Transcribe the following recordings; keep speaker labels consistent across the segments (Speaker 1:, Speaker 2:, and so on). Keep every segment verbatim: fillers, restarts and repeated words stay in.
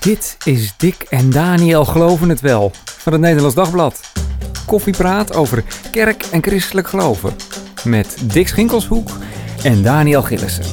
Speaker 1: Dit is Dick en Daniel Geloven het Wel van het Nederlands Dagblad. Koffiepraat over kerk en christelijk geloven. Met Dick Schinkelshoek en Daniel Gillissen.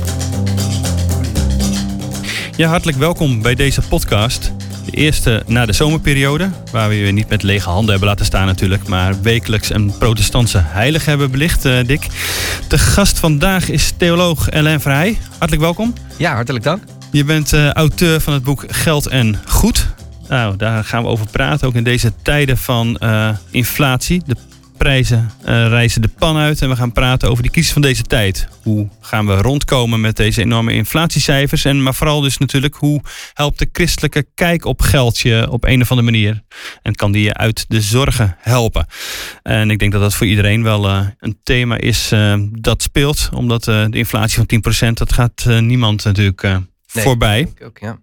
Speaker 2: Ja, hartelijk welkom bij deze podcast. De eerste na de zomerperiode, waar we je niet met lege handen hebben laten staan natuurlijk, maar wekelijks een protestantse heilige hebben belicht, uh, Dick. De gast vandaag is theoloog Alain Verheij. Hartelijk welkom.
Speaker 3: Ja, hartelijk dank.
Speaker 2: Je bent uh, auteur van het boek Geld en Goed. Nou, daar gaan we over praten, ook in deze tijden van uh, inflatie. De prijzen uh, reizen de pan uit en we gaan praten over die crisis van deze tijd. Hoe gaan we rondkomen met deze enorme inflatiecijfers? En maar vooral dus natuurlijk, hoe helpt de christelijke kijk op geld je op een of andere manier? En kan die je uit de zorgen helpen? En ik denk dat dat voor iedereen wel uh, een thema is uh, dat speelt. Omdat uh, de inflatie van tien procent, dat gaat uh, niemand natuurlijk uh, nee, voorbij.
Speaker 3: Denk ik ook, ja.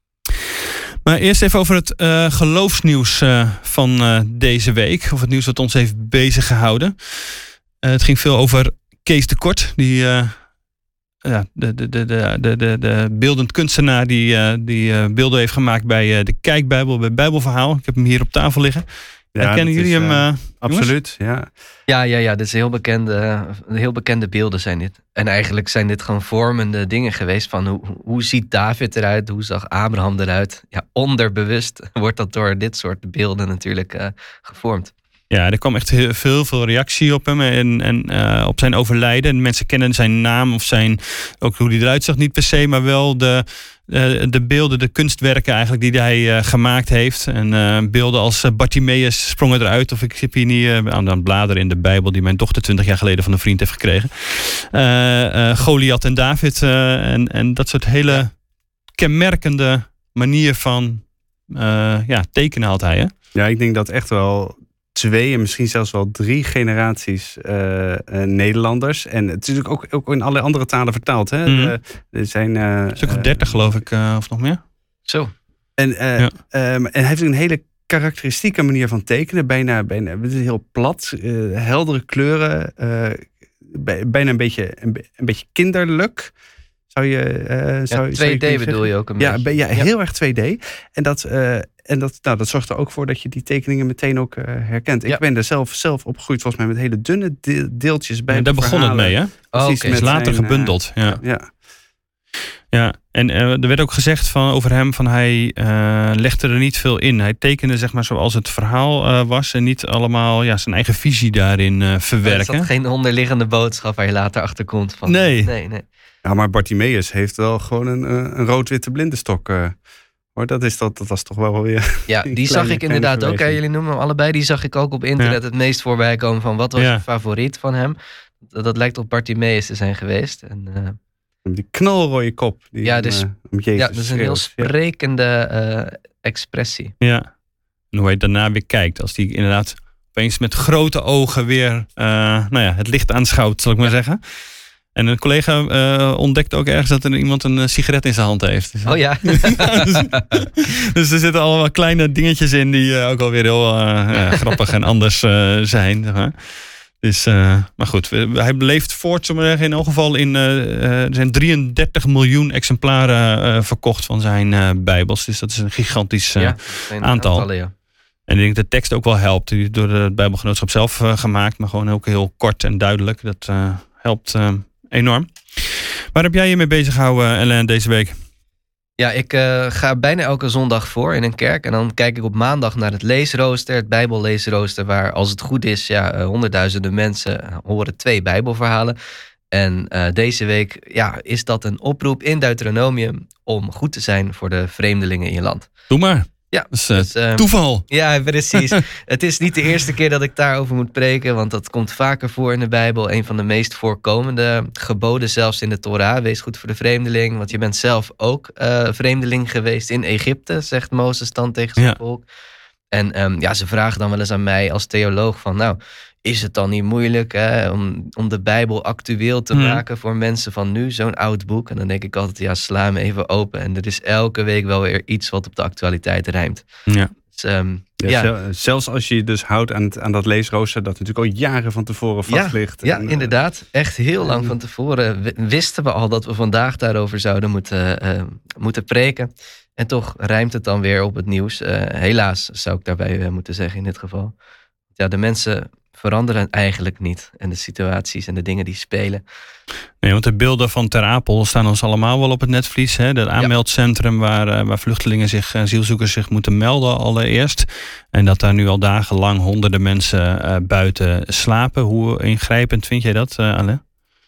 Speaker 2: Maar eerst even over het uh, geloofsnieuws uh, van uh, deze week. Of het nieuws wat ons heeft bezig gehouden. Uh, het ging veel over Kees de Kort. Die, uh, ja, de, de, de, de, de, de beeldend kunstenaar die, uh, die uh, beelden heeft gemaakt bij uh, de Kijkbijbel, bij Bijbelverhaal. Ik heb hem hier op tafel liggen. Ja, kennen jullie
Speaker 4: is,
Speaker 2: hem?
Speaker 4: Uh,
Speaker 2: uh,
Speaker 4: absoluut, ja.
Speaker 3: Ja, ja, ja. Dit is heel bekende, heel bekende beelden zijn dit. En eigenlijk zijn dit gewoon vormende dingen geweest van hoe, hoe ziet David eruit? Hoe zag Abraham eruit? Ja, onderbewust wordt dat door dit soort beelden natuurlijk uh, gevormd.
Speaker 2: Ja, er kwam echt heel veel, veel reactie op hem en, en uh, op zijn overlijden. En mensen kennen zijn naam of zijn, ook hoe hij eruit zag niet per se, maar wel de, uh, de beelden, de kunstwerken eigenlijk die hij uh, gemaakt heeft. En uh, beelden als uh, Bartimaeus sprongen eruit. Of ik zit hier niet uh, aan het bladeren in de Bijbel die mijn dochter twintig jaar geleden van een vriend heeft gekregen. Uh, uh, Goliath en David uh, en, en dat soort hele ja. kenmerkende manier van uh, ja, tekenen had hij. Hè?
Speaker 4: Ja, ik denk dat echt wel twee en misschien zelfs wel drie generaties uh, uh, Nederlanders. En het is natuurlijk ook, ook in allerlei andere talen vertaald. Hè?
Speaker 2: Mm-hmm.
Speaker 4: Uh, er zijn uh,
Speaker 2: een stuk of dertig geloof ik, uh, of nog meer.
Speaker 3: Zo.
Speaker 4: En, uh, ja. um, en hij heeft een hele karakteristieke manier van tekenen. Bijna, bijna het is heel plat, uh, heldere kleuren. Uh, bijna een beetje, een, een beetje kinderlijk. Zou je, uh, zou,
Speaker 3: ja, twee D
Speaker 4: zou je
Speaker 3: bedoel je ook een
Speaker 4: ja,
Speaker 3: beetje.
Speaker 4: Ja, heel ja. erg twee D. En dat... Uh, En dat, nou, dat zorgt er ook voor dat je die tekeningen meteen ook uh, herkent. Ik ja. ben er zelf, zelf opgegroeid volgens mij met hele dunne deeltjes bij.
Speaker 2: Ja, daar begon het mee, hè?
Speaker 3: Oh,
Speaker 2: Precies, okay. Is later zijn, gebundeld. Uh, ja.
Speaker 4: Ja.
Speaker 2: Ja, en uh, er werd ook gezegd van, over hem van hij uh, legde er niet veel in. Hij tekende zeg maar zoals het verhaal uh, was en niet allemaal ja, zijn eigen visie daarin uh, verwerken.
Speaker 3: Er zat geen onderliggende boodschap waar je later achter komt. Van,
Speaker 2: nee.
Speaker 3: nee, nee.
Speaker 4: Ja, maar Bartimaeus heeft wel gewoon een, een rood-witte blindenstok. Uh, hoor, dat, is, dat, dat was toch wel weer.
Speaker 3: Ja, die kleine, zag ik inderdaad ook. Hè, jullie noemen hem allebei. Die zag ik ook op internet ja. het meest voorbij komen van wat was ja. je favoriet van hem. Dat, dat lijkt op Bartimaeus te zijn geweest. En, uh,
Speaker 4: die knalrooie kop. Die
Speaker 3: ja, dus,
Speaker 4: hem, uh, Jezus
Speaker 3: ja, dat is een heel sprekende uh, expressie.
Speaker 2: Ja, en hoe hij daarna weer kijkt. Als hij inderdaad opeens met grote ogen weer uh, nou ja, het licht aanschouwt, zal ik maar ja. zeggen. En een collega uh, ontdekte ook ergens dat er iemand een uh, sigaret in zijn hand heeft. Dus,
Speaker 3: oh ja.
Speaker 2: dus, dus er zitten allemaal kleine dingetjes in die uh, ook alweer heel uh, ja, grappig en anders uh, zijn. Zeg maar. Dus, uh, maar goed, hij leeft voort, zullen we zeggen. In elk geval in, uh, uh, er zijn drieëndertig miljoen exemplaren uh, verkocht van zijn uh, Bijbels. Dus dat is een gigantisch uh, ja, een aantal. Aantallen, ja. En ik denk dat de tekst ook wel helpt. Die door het Bijbelgenootschap zelf uh, gemaakt, maar gewoon ook heel kort en duidelijk. Dat uh, helpt uh, enorm. Waar heb jij je mee bezig gehouden, Alain, deze week?
Speaker 3: Ja, ik uh, ga bijna elke zondag voor in een kerk. En dan kijk ik op maandag naar het leesrooster, het Bijbelleesrooster, waar als het goed is, ja, uh, honderdduizenden mensen horen twee Bijbelverhalen. En uh, deze week ja, is dat een oproep in Deuteronomium om goed te zijn voor de vreemdelingen in je land.
Speaker 2: Doe maar.
Speaker 3: Ja,
Speaker 2: dus, uh, dus, uh, toeval.
Speaker 3: Ja, precies. Het is niet de eerste keer dat ik daarover moet preken, want dat komt vaker voor in de Bijbel. Een van de meest voorkomende geboden zelfs in de Torah. Wees goed voor de vreemdeling, want je bent zelf ook uh, vreemdeling geweest in Egypte, zegt Mozes dan tegen zijn ja. volk. En um, ja, ze vragen dan wel eens aan mij als theoloog van, nou, is het dan niet moeilijk hè, om, om de Bijbel actueel te hmm. maken voor mensen van nu, zo'n oud boek? En dan denk ik altijd, ja, sla me even open. En er is elke week wel weer iets wat op de actualiteit rijmt.
Speaker 2: Ja.
Speaker 3: Dus, um,
Speaker 4: ja, ja. Zelfs als je je dus houdt aan, het, aan dat leesrooster, dat natuurlijk al jaren van tevoren vast ligt.
Speaker 3: Ja,
Speaker 4: en,
Speaker 3: ja, inderdaad. Echt heel lang van tevoren wisten we al dat we vandaag daarover zouden moeten, uh, moeten preken. En toch rijmt het dan weer op het nieuws. Uh, helaas zou ik daarbij uh, moeten zeggen in dit geval. Ja, de mensen veranderen eigenlijk niet. En de situaties en de dingen die spelen.
Speaker 2: Nee, want de beelden van Ter Apel staan ons allemaal wel op het netvlies. Hè? Dat aanmeldcentrum waar, uh, waar vluchtelingen zich, asielzoekers zich moeten melden allereerst. En dat daar nu al dagenlang honderden mensen uh, buiten slapen. Hoe ingrijpend vind jij dat, uh, Alain?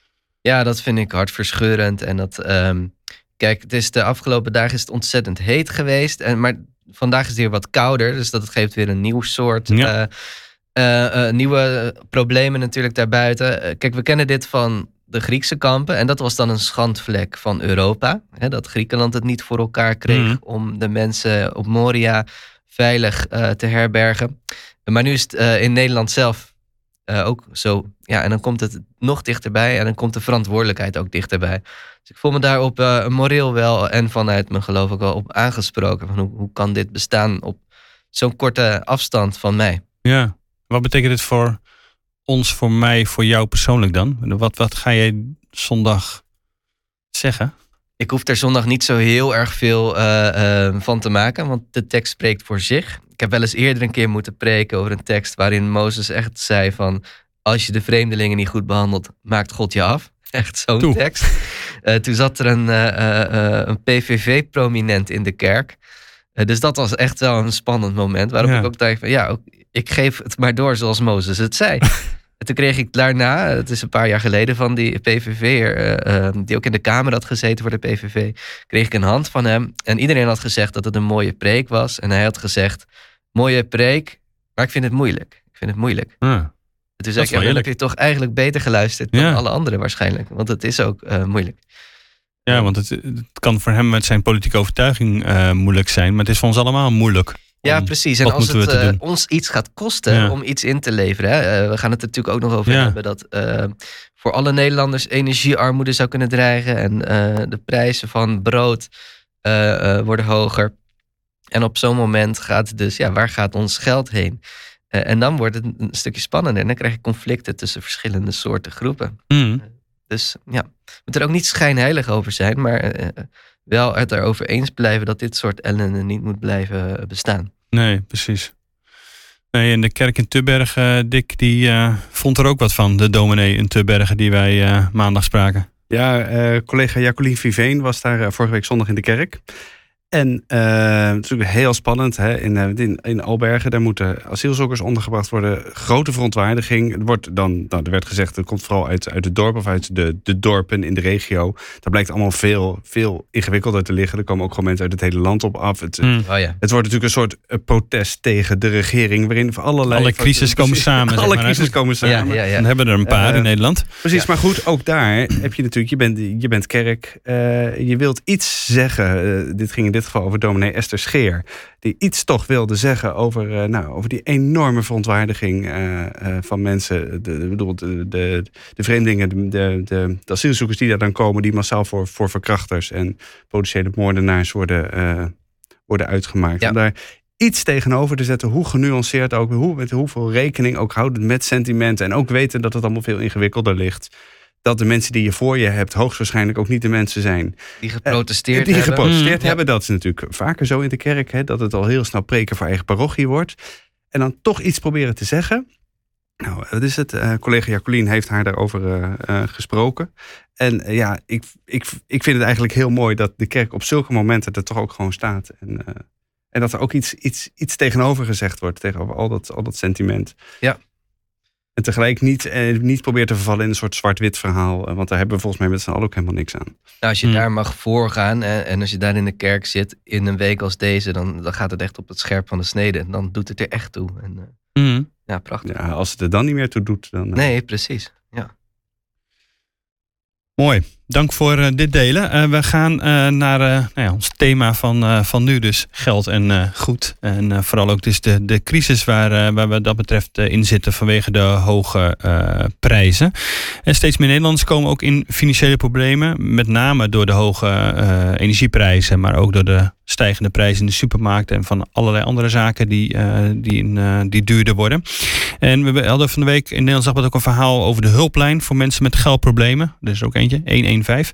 Speaker 3: Ja, dat vind ik hartverscheurend. En dat, um, kijk, het is de afgelopen dagen is het ontzettend heet geweest. En, maar vandaag is het weer wat kouder. Dus dat geeft weer een nieuw soort... Ja. Uh, Uh, uh, nieuwe problemen natuurlijk daarbuiten. Uh, kijk, we kennen dit van de Griekse kampen. En dat was dan een schandvlek van Europa. Hè, dat Griekenland het niet voor elkaar kreeg mm. om de mensen op Moria veilig uh, te herbergen. Maar nu is het uh, in Nederland zelf uh, ook zo. Ja, en dan komt het nog dichterbij. En dan komt de verantwoordelijkheid ook dichterbij. Dus ik voel me daarop uh, moreel wel en vanuit mijn geloof ook wel op aangesproken. Van hoe, hoe kan dit bestaan op zo'n korte afstand van mij?
Speaker 2: Ja. Wat betekent dit voor ons, voor mij, voor jou persoonlijk dan? Wat, wat ga jij zondag zeggen?
Speaker 3: Ik hoef er zondag niet zo heel erg veel uh, uh, van te maken, want de tekst spreekt voor zich. Ik heb wel eens eerder een keer moeten preken over een tekst waarin Mozes echt zei van... als je de vreemdelingen niet goed behandelt, maakt God je af. Echt zo'n Toe. tekst. Uh, toen zat er een, uh, uh, een P V V-prominent in de kerk. Uh, dus dat was echt wel een spannend moment. Waarop ja. ik ook dacht van ja... Ook, ik geef het maar door zoals Mozes het zei. En toen kreeg ik daarna, het is een paar jaar geleden van die P V V'er... Uh, die ook in de Kamer had gezeten voor de P V V... kreeg ik een hand van hem. En iedereen had gezegd dat het een mooie preek was. En hij had gezegd, mooie preek, maar ik vind het moeilijk. Ik vind het moeilijk. Ja. En toen zei ik, ja, dan heb je toch eigenlijk beter geluisterd... dan ja. alle anderen waarschijnlijk. Want het is ook uh, moeilijk.
Speaker 2: Ja, want het, het kan voor hem met zijn politieke overtuiging uh, moeilijk zijn... maar het is voor ons allemaal moeilijk.
Speaker 3: Ja, precies. En als het uh, ons iets gaat kosten ja. om iets in te leveren... Hè, uh, we gaan het er natuurlijk ook nog over ja. hebben... dat uh, voor alle Nederlanders energiearmoede zou kunnen dreigen... en uh, de prijzen van brood uh, uh, worden hoger. En op zo'n moment gaat het dus... ja, waar gaat ons geld heen? Uh, en dan wordt het een stukje spannender... en dan krijg je conflicten tussen verschillende soorten groepen. Mm. Uh, dus ja, we moeten er ook niet schijnheilig over zijn... maar uh, wel het erover eens blijven... dat dit soort ellende niet moet blijven bestaan.
Speaker 2: Nee, precies. Nee, en de kerk in Tubbergen, uh, Dick, die uh, vond er ook wat van. De dominee in Tubbergen die wij uh, maandag spraken.
Speaker 4: Ja, uh, collega Jacqueline Viveen was daar uh, vorige week zondag in de kerk. En uh, natuurlijk heel spannend. Hè? In, in, in Albergen, daar moeten asielzoekers ondergebracht worden. Grote verontwaardiging. Er, wordt dan, nou, er werd gezegd, het komt vooral uit, uit het dorp of uit de, de dorpen in de regio. Dat blijkt allemaal veel, veel ingewikkelder te liggen. Er komen ook gewoon mensen uit het hele land op af. Het, mm. oh, ja. het wordt natuurlijk een soort uh, protest tegen de regering. Waarin voor allerlei...
Speaker 2: Alle crisis komen precies, samen.
Speaker 4: Alle
Speaker 2: zeg maar.
Speaker 4: crisis komen samen.
Speaker 2: Ja, ja, ja. Dan hebben we er een paar uh, in Nederland.
Speaker 4: Precies, ja. Maar goed, ook daar heb je natuurlijk... Je bent, je bent kerk. Uh, je wilt iets zeggen. Uh, dit ging in dit geval over dominee Esther Scheer. Die iets toch wilde zeggen over, uh, nou, over die enorme verontwaardiging uh, uh, van mensen. De, de, de, de, de vreemdelingen, de, de, de, de asielzoekers die daar dan komen. Die massaal voor, voor verkrachters en potentiële moordenaars worden, uh, worden uitgemaakt. Ja. Om daar iets tegenover te zetten. Hoe genuanceerd ook. Hoe, met hoeveel rekening ook houden met sentimenten. En ook weten dat het allemaal veel ingewikkelder ligt. Dat de mensen die je voor je hebt hoogstwaarschijnlijk ook niet de mensen zijn.
Speaker 3: Die geprotesteerd
Speaker 4: uh, die
Speaker 3: hebben.
Speaker 4: geprotesteerd
Speaker 3: mm,
Speaker 4: hebben.
Speaker 3: ja.
Speaker 4: Dat is natuurlijk vaker zo in de kerk. Hè, dat het al heel snel preken voor eigen parochie wordt. En dan toch iets proberen te zeggen. Nou, wat is het? Uh, collega Jacqueline heeft haar daarover uh, uh, gesproken. En uh, ja, ik, ik, ik vind het eigenlijk heel mooi dat de kerk op zulke momenten er toch ook gewoon staat. En, uh, en dat er ook iets, iets, iets tegenover gezegd wordt. Tegenover al dat, al dat sentiment.
Speaker 3: Ja.
Speaker 4: En tegelijk niet, eh, niet probeert te vervallen in een soort zwart-wit verhaal. Want daar hebben we volgens mij met z'n allen ook helemaal niks aan.
Speaker 3: Nou, als je hmm. daar mag voorgaan en, en als je daar in de kerk zit in een week als deze... dan, dan gaat het echt op het scherp van de snede. En dan doet het er echt toe. En, uh, hmm. Ja, prachtig.
Speaker 4: Ja, als het er dan niet meer toe doet, dan... Uh...
Speaker 3: Nee, precies. Ja.
Speaker 2: Mooi. Dank voor uh, dit delen. Uh, we gaan uh, naar uh, nou ja, ons thema van, uh, van nu, dus geld en uh, goed. En uh, vooral ook dus de, de crisis waar, uh, waar we dat betreft uh, in zitten vanwege de hoge uh, prijzen. En steeds meer Nederlanders komen ook in financiële problemen. Met name door de hoge uh, energieprijzen, maar ook door de stijgende prijzen in de supermarkten en van allerlei andere zaken die, uh, die, uh, die duurder worden. En we hadden van de week in Nederland zag ook een verhaal over de hulplijn voor mensen met geldproblemen. Er is ook eentje, honderdvijftien.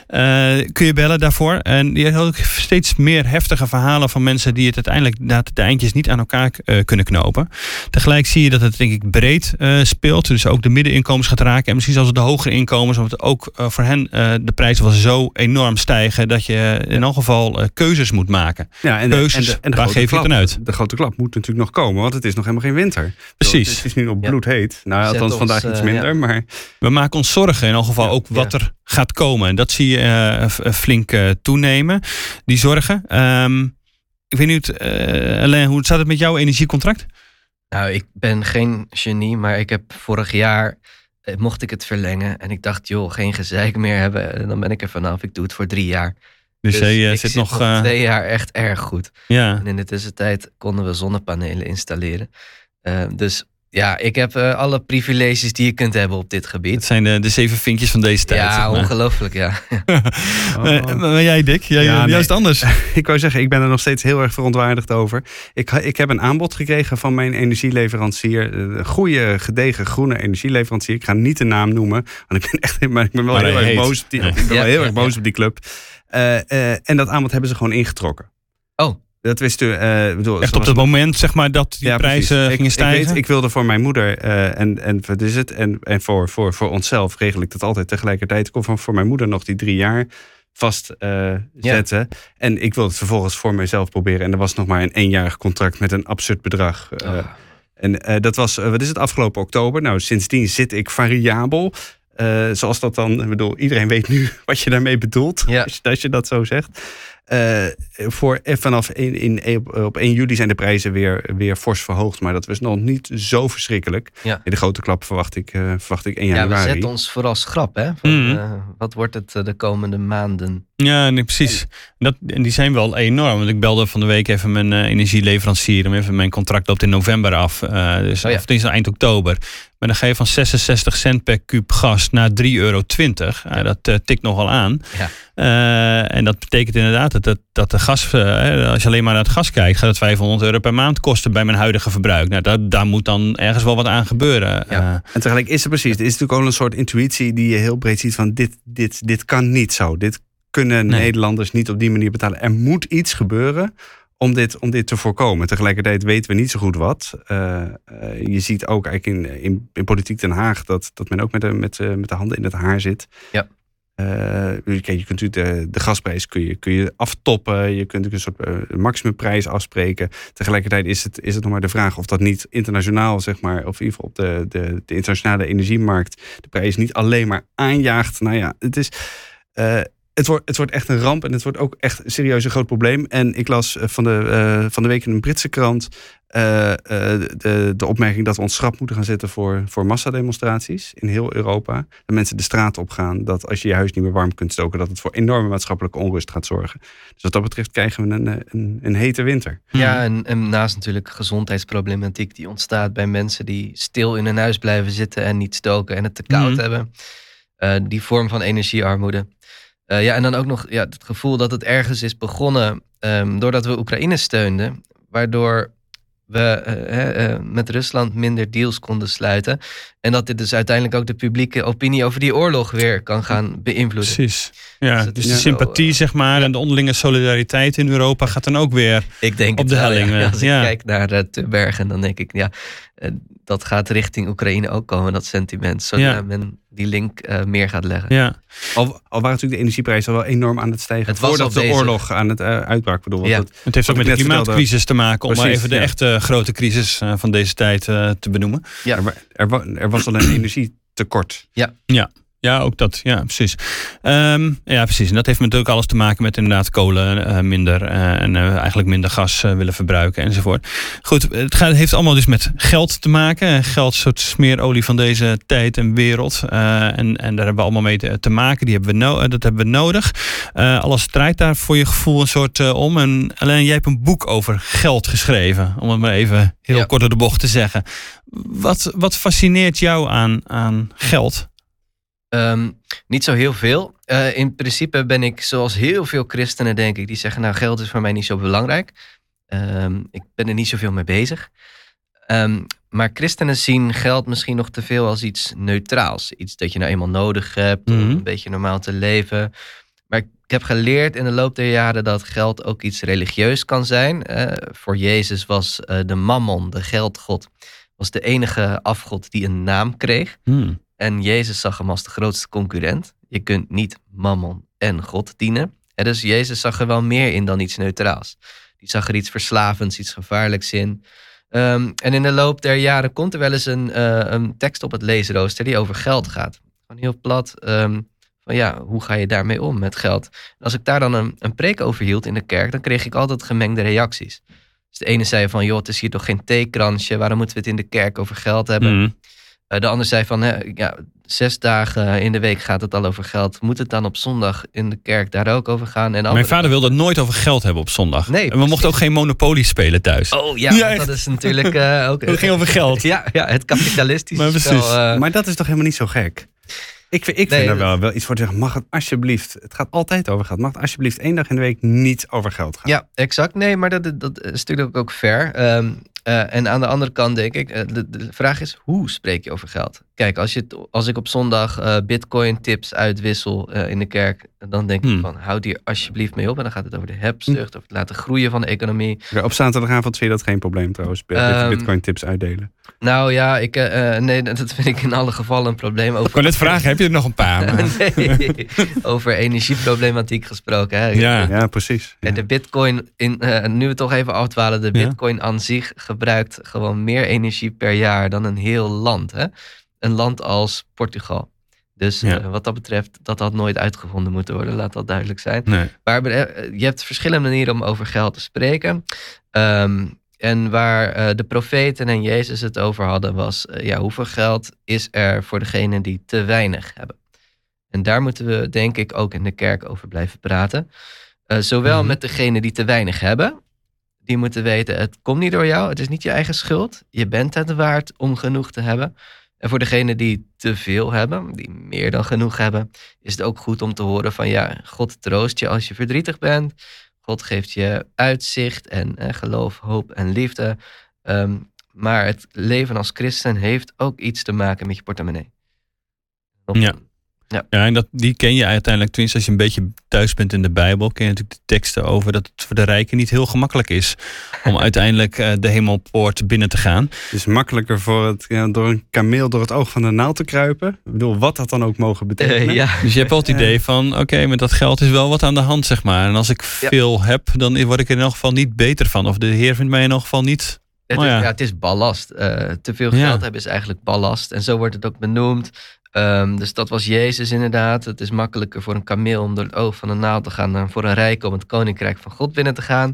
Speaker 2: Uh, kun je bellen daarvoor. En je had ook steeds meer heftige verhalen van mensen die het uiteindelijk dat de eindjes niet aan elkaar uh, kunnen knopen. Tegelijk zie je dat het denk ik breed uh, speelt. Dus ook de middeninkomens gaat raken. En misschien zelfs de hogere inkomens. Want het ook uh, voor hen uh, de prijzen wel zo enorm stijgen dat je in elk geval uh, keuzes moet maken.
Speaker 4: Ja, en de,
Speaker 2: keuzes,
Speaker 4: en de, en de
Speaker 2: waar geef je het dan uit?
Speaker 4: De grote klap moet natuurlijk nog komen, want het is nog helemaal geen winter.
Speaker 2: Precies.
Speaker 4: Het is nu nog bloedheet. Nou,
Speaker 3: Zet
Speaker 4: althans
Speaker 3: ons,
Speaker 4: vandaag
Speaker 3: uh,
Speaker 4: iets minder.
Speaker 3: ja.
Speaker 4: Maar
Speaker 2: We maken ons zorgen in elk geval
Speaker 4: Ja,
Speaker 2: ook wat
Speaker 3: ja.
Speaker 2: er gaat komen. En dat zie je uh, flink uh, toenemen. Die zorgen. Um, ik weet niet, uh, Alain, hoe staat het met jouw energiecontract?
Speaker 3: Nou, ik ben geen genie, maar ik heb vorig jaar, eh, mocht ik het verlengen. En ik dacht, joh, geen gezeik meer hebben. Dan ben ik er vanaf. Ik doe het voor drie jaar.
Speaker 2: Dus, dus je
Speaker 3: ik
Speaker 2: zit
Speaker 3: zit
Speaker 2: nog...
Speaker 3: nog
Speaker 2: Uh,
Speaker 3: twee jaar echt erg goed.
Speaker 2: ja.
Speaker 3: En in de tussentijd konden we zonnepanelen installeren. Uh, dus ja, ik heb uh, alle privileges die je kunt hebben op dit gebied.
Speaker 2: Het zijn de, de zeven vinkjes van deze tijd.
Speaker 3: Ja,
Speaker 2: zeg maar.
Speaker 3: ongelooflijk, ja.
Speaker 2: Oh. maar, maar jij, Dick? Jij,
Speaker 4: Ja, nee.
Speaker 2: juist anders.
Speaker 4: ik wou zeggen, ik ben er nog steeds heel erg verontwaardigd over. Ik, ik heb een aanbod gekregen van mijn energieleverancier. Een goede, gedegen groene energieleverancier. Ik ga niet de naam noemen, want ik ben echt maar ik ben wel
Speaker 2: Maar
Speaker 4: heel
Speaker 2: hij
Speaker 4: erg
Speaker 2: heet.
Speaker 4: boos op die,
Speaker 2: Nee.
Speaker 4: ik ben wel
Speaker 3: Ja,
Speaker 4: heel
Speaker 3: ja,
Speaker 4: erg boos
Speaker 3: ja.
Speaker 4: op die club. Uh, uh, en dat aanbod hebben ze gewoon ingetrokken.
Speaker 3: Oh.
Speaker 4: Dat wist u. Uh, bedoel,
Speaker 2: Echt op het moment zeg maar dat die
Speaker 4: ja,
Speaker 2: prijzen
Speaker 4: precies.
Speaker 2: gingen
Speaker 4: ik,
Speaker 2: stijgen?
Speaker 4: Ik, weet, ik wilde voor mijn moeder uh, en, en, wat is het? en, en voor, voor, voor onszelf regel ik dat altijd tegelijkertijd. Ik kon van voor mijn moeder nog die drie jaar vast uh, zetten. Ja. En ik wilde het vervolgens voor mezelf proberen. En er was nog maar een eenjarig contract met een absurd bedrag. Uh, oh. En uh, dat was, uh, wat is het, afgelopen oktober. Nou, sindsdien zit ik variabel. Uh, zoals dat dan, ik bedoel, iedereen weet nu wat je daarmee bedoelt. Ja. Als, je, als je dat zo zegt. Uh, voor, vanaf in, in, op één juli zijn de prijzen weer, weer fors verhoogd. Maar dat was nog niet zo verschrikkelijk. Ja. De grote klap verwacht ik, uh, verwacht ik één januari.
Speaker 3: Ja, we zetten ons vooral schrap, hè? Van, mm. uh, wat wordt het uh, de komende maanden?
Speaker 2: Ja, nee, precies. Dat, en die zijn wel enorm. Want ik belde van de week even mijn uh, energieleverancier. Om even mijn contract loopt in november af. Uh, dus oh, ja. Of het is eind oktober. Maar dan ga je van zesenzestig cent per kuub gas naar drie euro twintig. Uh, dat uh, tikt nogal aan.
Speaker 3: Ja.
Speaker 2: Uh, en dat betekent inderdaad dat, dat, dat de gas, uh, als je alleen maar naar het gas kijkt, gaat het vijfhonderd euro per maand kosten bij mijn huidige verbruik. Nou, dat, daar moet dan ergens wel wat aan gebeuren.
Speaker 4: Ja. Uh, en tegelijk is er precies, er is natuurlijk ook een soort intuïtie die je heel breed ziet van dit, dit, dit kan niet zo. Dit kunnen nee. Nederlanders niet op die manier betalen. Er moet iets gebeuren om dit, om dit te voorkomen. Tegelijkertijd weten we niet zo goed wat. Uh, uh, je ziet ook eigenlijk in, in, in politiek Den Haag dat, dat men ook met de, met, uh, met de handen in het haar zit.
Speaker 3: Ja.
Speaker 4: Uh, kijk, je kunt natuurlijk de, de gasprijs kun je, kun je aftoppen. Je kunt een soort uh, maximumprijs afspreken. Tegelijkertijd is het, is het nog maar de vraag of dat niet internationaal, zeg maar, of in ieder geval op de, de, de internationale energiemarkt de prijs niet alleen maar aanjaagt. Nou ja, het is. Uh, Het wordt, het wordt echt een ramp en het wordt ook echt een serieus een groot probleem. En ik las van de, uh, van de week in een Britse krant uh, uh, de, de opmerking dat we ons schrap moeten gaan zetten voor, voor massademonstraties in heel Europa. Dat mensen de straat op gaan, dat als je je huis niet meer warm kunt stoken, dat het voor enorme maatschappelijke onrust gaat zorgen. Dus wat dat betreft krijgen we een, een, een hete winter.
Speaker 3: Ja, en, en naast natuurlijk gezondheidsproblematiek die ontstaat bij mensen die stil in hun huis blijven zitten en niet stoken en het te koud mm. hebben. Uh, die vorm van energiearmoede. Uh, ja, en dan ook nog ja, het gevoel dat het ergens is begonnen um, doordat we Oekraïne steunden. Waardoor we uh, uh, met Rusland minder deals konden sluiten. En dat dit dus uiteindelijk ook de publieke opinie over die oorlog weer kan gaan beïnvloeden.
Speaker 2: Precies. Ja, dus, dus de
Speaker 3: ja,
Speaker 2: sympathie
Speaker 3: zo, uh,
Speaker 2: zeg maar en de onderlinge solidariteit in Europa gaat dan ook weer
Speaker 3: ik denk
Speaker 2: op de
Speaker 3: wel,
Speaker 2: helling.
Speaker 3: Ja. Als
Speaker 2: ja.
Speaker 3: ik kijk naar uh, Terbergen, dan denk ik, ja, uh, dat gaat richting Oekraïne ook komen, dat sentiment. Zodra ja. men die link uh, meer gaat leggen.
Speaker 2: Ja.
Speaker 4: Al, al waren natuurlijk de energieprijzen wel enorm aan het stijgen.
Speaker 3: Het was
Speaker 4: voordat de
Speaker 3: bezig.
Speaker 4: oorlog aan het uh, uitbrak. Bedoel,
Speaker 2: ja.
Speaker 4: dat,
Speaker 2: het heeft ook met de klimaatcrisis vertelde. te maken. Om Precies, maar even de ja. echte grote crisis uh, van deze tijd uh, te benoemen.
Speaker 4: Ja. Er, er, er was al een energietekort.
Speaker 2: Ja. Ja. Ja, ook dat. Ja, precies. Um, ja, precies. En dat heeft natuurlijk alles te maken met inderdaad kolen uh, minder uh, en uh, eigenlijk minder gas uh, willen verbruiken enzovoort. Goed, het gaat, heeft allemaal dus met geld te maken. Geld is een soort smeerolie van deze tijd en wereld. Uh, en, en daar hebben we allemaal mee te, te maken. Die hebben we no- dat hebben we nodig. Uh, alles draait daar voor je gevoel een soort uh, om. En alleen jij hebt een boek over geld geschreven. Om het maar even heel ja. kort door de bocht te zeggen. Wat, wat fascineert jou aan, aan geld?
Speaker 3: Um, niet zo heel veel. Uh, in principe ben ik zoals heel veel christenen, denk ik, die zeggen, nou, geld is voor mij niet zo belangrijk. Um, ik ben er niet zoveel mee bezig. Um, maar christenen zien geld misschien nog te veel als iets neutraals. Iets dat je nou eenmaal nodig hebt
Speaker 2: Mhm.
Speaker 3: om een beetje normaal te leven. Maar ik heb geleerd in de loop der jaren dat geld ook iets religieus kan zijn. Uh, voor Jezus was uh, de mammon, de geldgod, was de enige afgod die een naam kreeg.
Speaker 2: Hmm.
Speaker 3: En Jezus zag hem als de grootste concurrent. Je kunt niet mammon en God dienen. En dus Jezus zag er wel meer in dan iets neutraals. Die zag er iets verslavends, iets gevaarlijks in. Um, en in de loop der jaren komt er wel eens een, uh, een tekst op het leesrooster die over geld gaat. Gewoon heel plat. Um, van ja, hoe ga je daarmee om met geld? En als ik daar dan een, een preek over hield in de kerk, dan kreeg ik altijd gemengde reacties. Dus de ene zei van, joh, het is hier toch geen theekransje, waarom moeten we het in de kerk over geld hebben?
Speaker 2: Hmm.
Speaker 3: Uh, de ander zei van, hè, ja, zes dagen in de week gaat het al over geld. Moet het dan op zondag in de kerk daar ook over gaan? En
Speaker 2: Mijn
Speaker 3: andere...
Speaker 2: vader wilde het nooit over geld hebben op zondag.
Speaker 3: Nee,
Speaker 2: en we
Speaker 3: precies.
Speaker 2: mochten ook geen Monopoly spelen thuis.
Speaker 3: Oh ja,
Speaker 2: Ja,
Speaker 3: want
Speaker 2: echt.
Speaker 3: dat is natuurlijk uh, ook...
Speaker 2: Het ging over geld.
Speaker 3: Ja, ja, het kapitalistische
Speaker 2: Maar
Speaker 3: spel.
Speaker 2: precies.
Speaker 3: uh,
Speaker 4: Maar dat is toch helemaal niet zo gek? Ik vind, ik
Speaker 3: Nee,
Speaker 4: vind er
Speaker 3: dat-
Speaker 4: wel, wel iets voor te zeggen. Mag het alsjeblieft, het gaat altijd over geld. Mag het alsjeblieft één dag in de week niet over geld gaan?
Speaker 3: Ja, exact. Nee, maar dat, dat, dat is natuurlijk ook fair. Um, uh, en aan de andere kant denk ik, uh, de, de vraag is, hoe spreek je over geld? Kijk, als, je het, als ik op zondag uh, bitcoin tips uitwissel uh, in de kerk, dan denk
Speaker 2: Hmm.
Speaker 3: ik van, houd hier alsjeblieft mee op. En dan gaat het over de hebzucht, over het laten groeien van de economie.
Speaker 4: Ja, op zaterdagavond vind je dat geen probleem trouwens.
Speaker 3: Ehm,
Speaker 4: Bitcoin tips uitdelen.
Speaker 3: Nou ja, ik, uh, nee, dat vind ik in alle gevallen een probleem.
Speaker 2: Ik
Speaker 3: Over,
Speaker 2: kon net vragen, heb je er nog een paar? Maar...
Speaker 3: nee, over energieproblematiek gesproken. Hè?
Speaker 2: Ja.
Speaker 4: Ja, precies. Ja.
Speaker 3: En de bitcoin, in, uh, nu we toch even afdwalen, de
Speaker 2: Ja.
Speaker 3: bitcoin aan zich gebruikt gewoon meer energie per jaar dan een heel land. Hè? Een land als Portugal. Dus uh,
Speaker 2: Ja.
Speaker 3: wat dat betreft, dat had nooit uitgevonden moeten worden, laat dat duidelijk zijn.
Speaker 2: Nee.
Speaker 3: Maar uh, je hebt verschillende manieren om over geld te spreken. Um, en waar uh, de profeten en Jezus het over hadden was, uh, ja, hoeveel geld is er voor degenen die te weinig hebben? En daar moeten we denk ik ook in de kerk over blijven praten. Uh, zowel
Speaker 2: Mhm.
Speaker 3: met degenen die te weinig hebben. Die moeten weten, het komt niet door jou. Het is niet je eigen schuld. Je bent het waard om genoeg te hebben. En voor degenen die te veel hebben, die meer dan genoeg hebben, is het ook goed om te horen van ja, God troost je als je verdrietig bent. God geeft je uitzicht en eh, geloof, hoop en liefde. Um, maar het leven als christen heeft ook iets te maken met je portemonnee.
Speaker 2: Ja.
Speaker 3: Ja.
Speaker 2: Ja, en dat, die ken je uiteindelijk, tenminste als je een beetje thuis bent in de Bijbel, ken je natuurlijk de teksten over dat het voor de rijken niet heel gemakkelijk is om uiteindelijk uh, de hemelpoort binnen te gaan.
Speaker 4: Het is makkelijker voor het, ja, door een kameel door het oog van de naald te kruipen. Ik bedoel, wat dat dan ook mogen betekenen.
Speaker 3: Uh, ja.
Speaker 2: Dus je hebt wel het idee van, oké, okay, met dat geld is wel wat aan de hand, zeg maar. En als ik veel heb, dan word ik er in elk geval niet beter van. Of de Heer vindt mij in elk geval niet...
Speaker 3: Het,
Speaker 2: Oh
Speaker 3: is,
Speaker 2: ja.
Speaker 3: ja, het is ballast. Uh, te veel
Speaker 2: Ja.
Speaker 3: geld hebben is eigenlijk ballast. En zo wordt het ook benoemd. Um, dus dat was Jezus inderdaad. Het is makkelijker voor een kameel om door het oog van een naald te gaan dan voor een rijk om het koninkrijk van God binnen te gaan.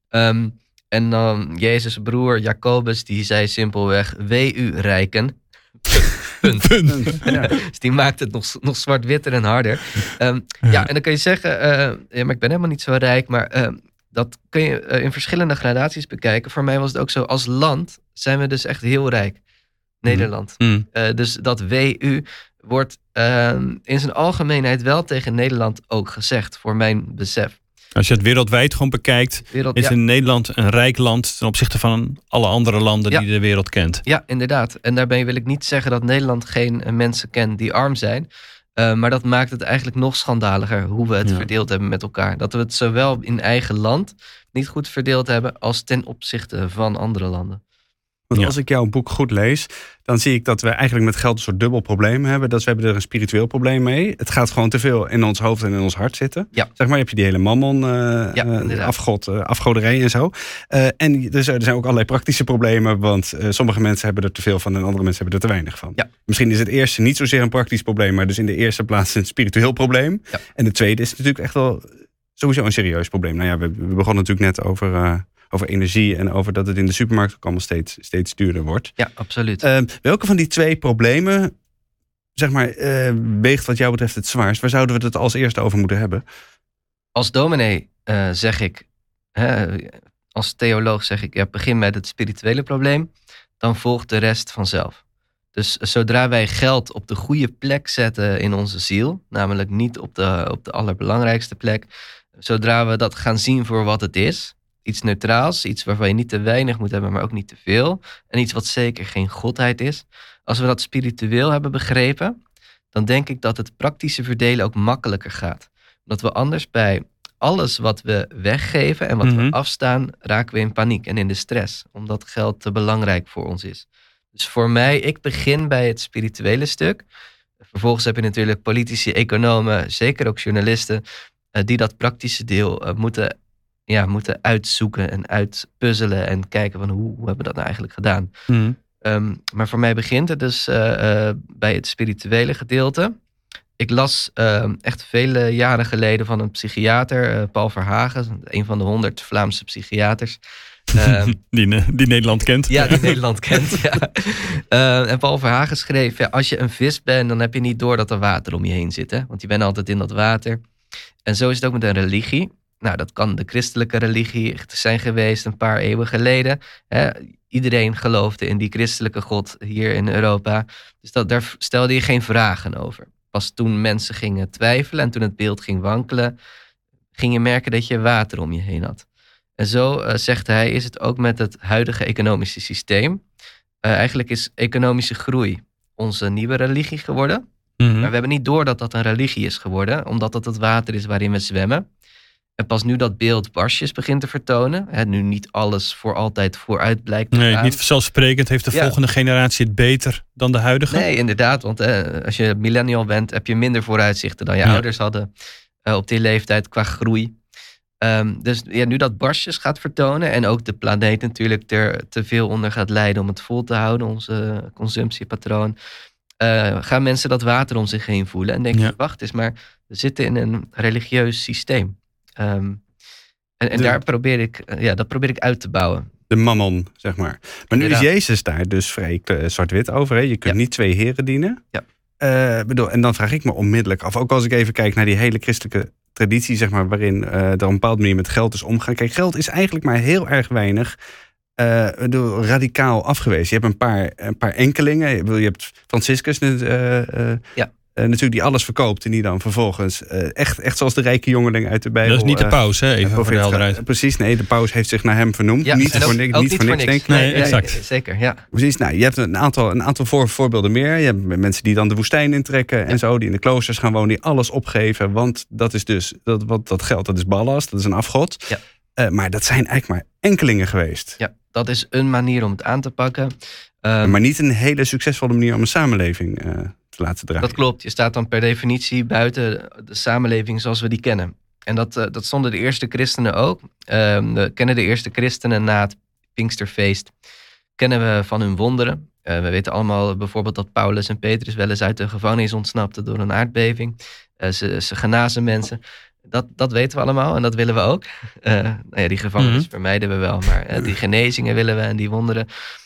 Speaker 3: Um, en dan Jezus' broer Jacobus, die zei simpelweg, wee u rijken. Punt.
Speaker 4: Ja.
Speaker 3: Dus die maakt het nog, nog zwart-witter en harder. Um, ja. ja, en dan kun je zeggen, uh, ja, maar ik ben helemaal niet zo rijk, maar... Uh, dat kun je uh, in verschillende gradaties bekijken. Voor mij was het ook zo, als land zijn we dus echt heel rijk. Nederland.
Speaker 2: Mm.
Speaker 3: Uh, dus dat W U wordt uh, in zijn algemeenheid wel tegen Nederland ook gezegd, voor mijn besef.
Speaker 2: Als je het wereldwijd gewoon bekijkt,
Speaker 3: Wereld,
Speaker 2: is
Speaker 3: ja.
Speaker 2: in Nederland een rijk land ten opzichte van alle andere landen
Speaker 3: Ja.
Speaker 2: die de wereld kent.
Speaker 3: Ja, inderdaad. En daarbij wil ik niet zeggen dat Nederland geen uh, mensen kent die arm zijn. Uh, maar dat maakt het eigenlijk nog schandaliger hoe we het
Speaker 2: Ja.
Speaker 3: verdeeld hebben met elkaar. Dat we het zowel in eigen land niet goed verdeeld hebben als ten opzichte van andere landen.
Speaker 4: Want
Speaker 2: Ja.
Speaker 4: als ik jouw boek goed lees, dan zie ik dat we eigenlijk met geld een soort dubbel probleem hebben. Dat we hebben er een spiritueel probleem mee. Het gaat gewoon te veel in ons hoofd en in ons hart zitten.
Speaker 3: Ja.
Speaker 4: Zeg maar, heb je die hele mammon, uh,
Speaker 3: Ja,
Speaker 4: uh,
Speaker 3: inderdaad.
Speaker 4: afgod, uh, afgoderij en zo. Uh, en er zijn, er zijn ook allerlei praktische problemen, want uh, sommige mensen hebben er te veel van en andere mensen hebben er te weinig van.
Speaker 3: Ja.
Speaker 4: Misschien is het eerste niet zozeer een praktisch probleem, maar dus in de eerste plaats een spiritueel probleem.
Speaker 3: Ja.
Speaker 4: En de tweede is natuurlijk echt wel sowieso een serieus probleem. Nou ja, we, we begonnen natuurlijk net over... Uh, over energie en over dat het in de supermarkt ook allemaal steeds, steeds duurder wordt.
Speaker 3: Ja, absoluut.
Speaker 4: Uh, welke van die twee problemen, zeg maar, uh, weegt wat jou betreft het zwaarst? Waar zouden we het als eerste over moeten hebben?
Speaker 3: Als dominee uh, zeg ik, hè, als theoloog zeg ik, ja, begin met het spirituele probleem, dan volgt de rest vanzelf. Dus zodra wij geld op de goede plek zetten in onze ziel, namelijk niet op de, op de allerbelangrijkste plek, zodra we dat gaan zien voor wat het is, Iets neutraals, iets waarvan je niet te weinig moet hebben, maar ook niet te veel. En iets wat zeker geen godheid is. Als we dat spiritueel hebben begrepen, dan denk ik dat het praktische verdelen ook makkelijker gaat. Omdat we anders bij alles wat we weggeven en wat
Speaker 2: Mhm.
Speaker 3: we afstaan, raken we in paniek en in de stress. Omdat geld te belangrijk voor ons is. Dus voor mij, ik begin bij het spirituele stuk. Vervolgens heb je natuurlijk politici, economen, zeker ook journalisten, uh, die dat praktische deel uh, moeten, ja, moeten uitzoeken en uitpuzzelen en kijken van hoe, hoe hebben we dat nou eigenlijk gedaan.
Speaker 2: Mhm.
Speaker 3: Um, maar voor mij begint het dus uh, uh, bij het spirituele gedeelte. Ik las uh, echt vele jaren geleden van een psychiater, uh, Paul Verhagen, een van de honderd Vlaamse psychiaters. Um,
Speaker 2: die, die Nederland kent.
Speaker 3: Ja, die Nederland kent. Ja. Uh, en Paul Verhagen schreef, ja, als je een vis bent, dan heb je niet door dat er water om je heen zit. Hè? Want je bent altijd in dat water. En zo is het ook met een religie. Nou, dat kan de christelijke religie zijn geweest een paar eeuwen geleden. Hè? Iedereen geloofde in die christelijke God hier in Europa. Dus dat, daar stelde je geen vragen over. Pas toen mensen gingen twijfelen en toen het beeld ging wankelen, ging je merken dat je water om je heen had. En zo, uh, zegt hij, is het ook met het huidige economische systeem. Uh, eigenlijk is economische groei onze nieuwe religie geworden.
Speaker 2: Mhm.
Speaker 3: Maar we hebben niet door dat dat een religie is geworden, omdat dat het water is waarin we zwemmen. En pas nu dat beeld barstjes begint te vertonen, hè, nu niet alles voor altijd vooruit blijkt te
Speaker 2: Nee,
Speaker 3: gaan.
Speaker 2: niet vanzelfsprekend heeft de
Speaker 3: Ja.
Speaker 2: volgende generatie het beter dan de huidige.
Speaker 3: Nee, inderdaad, want uh, als je millennial bent, heb je minder vooruitzichten dan je
Speaker 2: Ja.
Speaker 3: ouders hadden uh, op die leeftijd qua groei. Um, dus ja, nu dat barstjes gaat vertonen en ook de planeet natuurlijk er te veel onder gaat lijden om het vol te houden, onze consumptiepatroon, uh, gaan mensen dat water om zich heen voelen en denken,
Speaker 2: Ja.
Speaker 3: wacht eens, maar we zitten in een religieus systeem. Um, en en
Speaker 4: De-
Speaker 3: daar probeer ik, uh, ja, dat probeer ik uit te bouwen.
Speaker 4: De mammon, zeg maar. Maar nu is
Speaker 3: Inderdaad.
Speaker 4: Jezus daar dus vrij uh, zwart-wit over. Hè? Je kunt
Speaker 3: Ja.
Speaker 4: niet twee heren dienen.
Speaker 3: Ja.
Speaker 4: Uh, bedoel, en dan vraag ik me onmiddellijk af. Ook als ik even kijk naar die hele christelijke traditie, zeg maar, waarin uh, er op een bepaalde manier met geld is omgaan. Kijk, geld is eigenlijk maar heel erg weinig uh, bedoel, radicaal afgewezen. Je hebt een paar, een paar enkelingen. Je, bedoel, je hebt Franciscus uh, uh,
Speaker 3: Ja.
Speaker 4: uh, natuurlijk die alles verkoopt en die dan vervolgens uh, echt, echt zoals de rijke jongeling uit de Bijbel.
Speaker 2: Dat is niet de
Speaker 4: uh,
Speaker 2: paus, hè? Even voor de
Speaker 4: profeet-
Speaker 2: helderheid.
Speaker 4: Precies, nee, de paus heeft zich naar hem vernoemd.
Speaker 3: Ja,
Speaker 4: niet
Speaker 3: en
Speaker 4: voor
Speaker 3: ook-
Speaker 4: niks,
Speaker 3: ook
Speaker 4: niet voor niks, denk ik.
Speaker 2: Nee,
Speaker 3: ja,
Speaker 2: exact.
Speaker 3: ja, zeker, ja.
Speaker 4: Precies, nou, je hebt een aantal, een aantal voor, voorbeelden meer. Je hebt mensen die dan de woestijn intrekken en
Speaker 3: Ja.
Speaker 4: zo, die in de kloosters gaan wonen, die alles opgeven, want dat is dus, dat, wat, dat geld, dat is ballast, dat is een afgod.
Speaker 3: Ja.
Speaker 4: Uh, maar dat zijn eigenlijk maar enkelingen geweest.
Speaker 3: Ja, dat is een manier om het aan te pakken. Um,
Speaker 4: Maar niet een hele succesvolle manier om een samenleving uh, te laten draaien.
Speaker 3: Dat klopt. Je staat dan per definitie buiten de samenleving zoals we die kennen. En dat, uh, dat stonden de eerste christenen ook. Um, we kennen de eerste christenen na het Pinksterfeest. Kennen we van hun wonderen. Uh, we weten allemaal bijvoorbeeld dat Paulus en Petrus wel eens uit de gevangenis ontsnapten door een aardbeving. Uh, ze, ze genazen mensen. Dat, dat weten we allemaal en dat willen we ook. Uh, nou ja, die gevangenis
Speaker 2: Mm-hmm.
Speaker 3: vermijden we wel, maar uh, die genezingen willen we en die wonderen.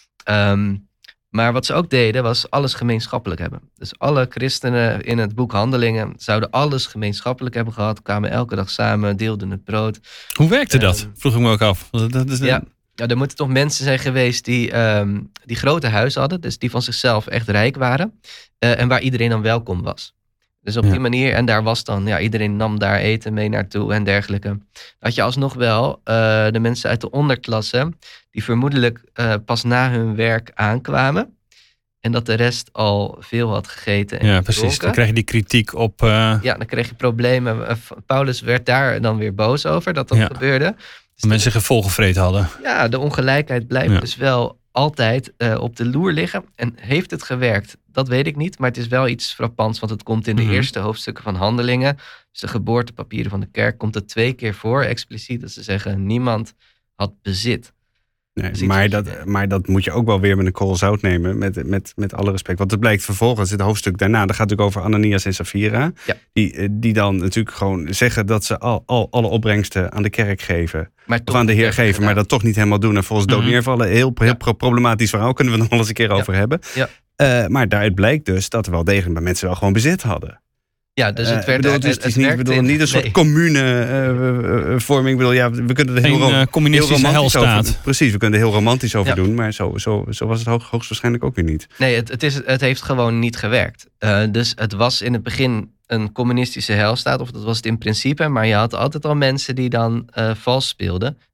Speaker 3: Um, maar wat ze ook deden was alles gemeenschappelijk hebben. Dus alle christenen in het boek Handelingen zouden alles gemeenschappelijk hebben gehad. Kwamen elke dag samen, deelden het brood.
Speaker 2: Hoe werkte dat?
Speaker 3: Ehm,
Speaker 2: Vroeg ik me ook af. Dat, dat is de-
Speaker 3: Ja, ja, er moeten toch mensen zijn geweest die, um, die grote huizen hadden. Dus die van zichzelf echt rijk waren. Uh, en waar iedereen dan welkom was. Dus op
Speaker 2: Ja.
Speaker 3: die manier, en daar was dan, ja, iedereen nam daar eten mee naartoe en dergelijke. Had je alsnog wel uh, de mensen uit de onderklasse, die vermoedelijk uh, pas na hun werk aankwamen. En dat de rest al veel had gegeten en
Speaker 2: Ja,
Speaker 3: gedronken.
Speaker 2: precies. Dan krijg je die kritiek op... uh,
Speaker 3: Ja, dan kreeg je problemen. Uh, Paulus werd daar dan weer boos over dat dat
Speaker 2: Ja.
Speaker 3: gebeurde. Dus
Speaker 2: mensen gevolgen vreten hadden.
Speaker 3: ja, de ongelijkheid blijft
Speaker 2: Ja.
Speaker 3: dus wel altijd uh, op de loer liggen. En heeft het gewerkt? Dat weet ik niet. Maar het is wel iets frappants. Want het komt in de
Speaker 2: Mhm.
Speaker 3: eerste hoofdstukken van Handelingen. Dus de geboortepapieren van de kerk komt het twee keer voor. Expliciet dat ze zeggen niemand had bezit.
Speaker 4: Nee,
Speaker 3: Precies.
Speaker 4: maar, dat, maar dat moet je ook wel weer met een korrel zout nemen, met, met, met alle respect. Want het blijkt vervolgens, het hoofdstuk daarna, dat gaat natuurlijk over Ananias en Sapphira.
Speaker 3: Ja.
Speaker 4: Die, eh, die dan natuurlijk gewoon zeggen dat ze al, al, alle opbrengsten aan de kerk geven.
Speaker 3: Maar
Speaker 4: Of aan de Heer
Speaker 3: hebben
Speaker 4: geven,
Speaker 3: gedaan.
Speaker 4: maar dat toch niet helemaal doen. En volgens dood
Speaker 2: Mhm.
Speaker 4: neervallen. Heel, heel
Speaker 3: Ja.
Speaker 4: pro- problematisch verhaal, kunnen we het nog wel eens een keer over hebben.
Speaker 3: Ja.
Speaker 4: Uh, maar daaruit blijkt dus dat er wel degelijk bij mensen wel gewoon bezit hadden.
Speaker 3: Ja, dus het
Speaker 4: Uh,
Speaker 3: werd...
Speaker 4: bedoel,
Speaker 3: het,
Speaker 4: dus
Speaker 3: het
Speaker 4: het is niet,
Speaker 3: werkte
Speaker 4: bedoel,
Speaker 3: in-
Speaker 4: niet een soort
Speaker 3: nee.
Speaker 4: commune-vorming. ik bedoel, ja, we kunnen er heel,
Speaker 2: Geen
Speaker 4: ro-
Speaker 2: uh, communistische
Speaker 4: heel romantisch
Speaker 2: helstaat.
Speaker 4: over, precies, we kunnen er heel romantisch over
Speaker 3: Ja.
Speaker 4: doen. Maar zo, zo, zo was het hoog, hoogstwaarschijnlijk ook weer niet.
Speaker 3: Nee, het, het, is, het heeft gewoon niet gewerkt. Uh, dus het was in het begin een communistische heilstaat, of dat was het in principe. Maar je had altijd al mensen die dan uh, vals speelden.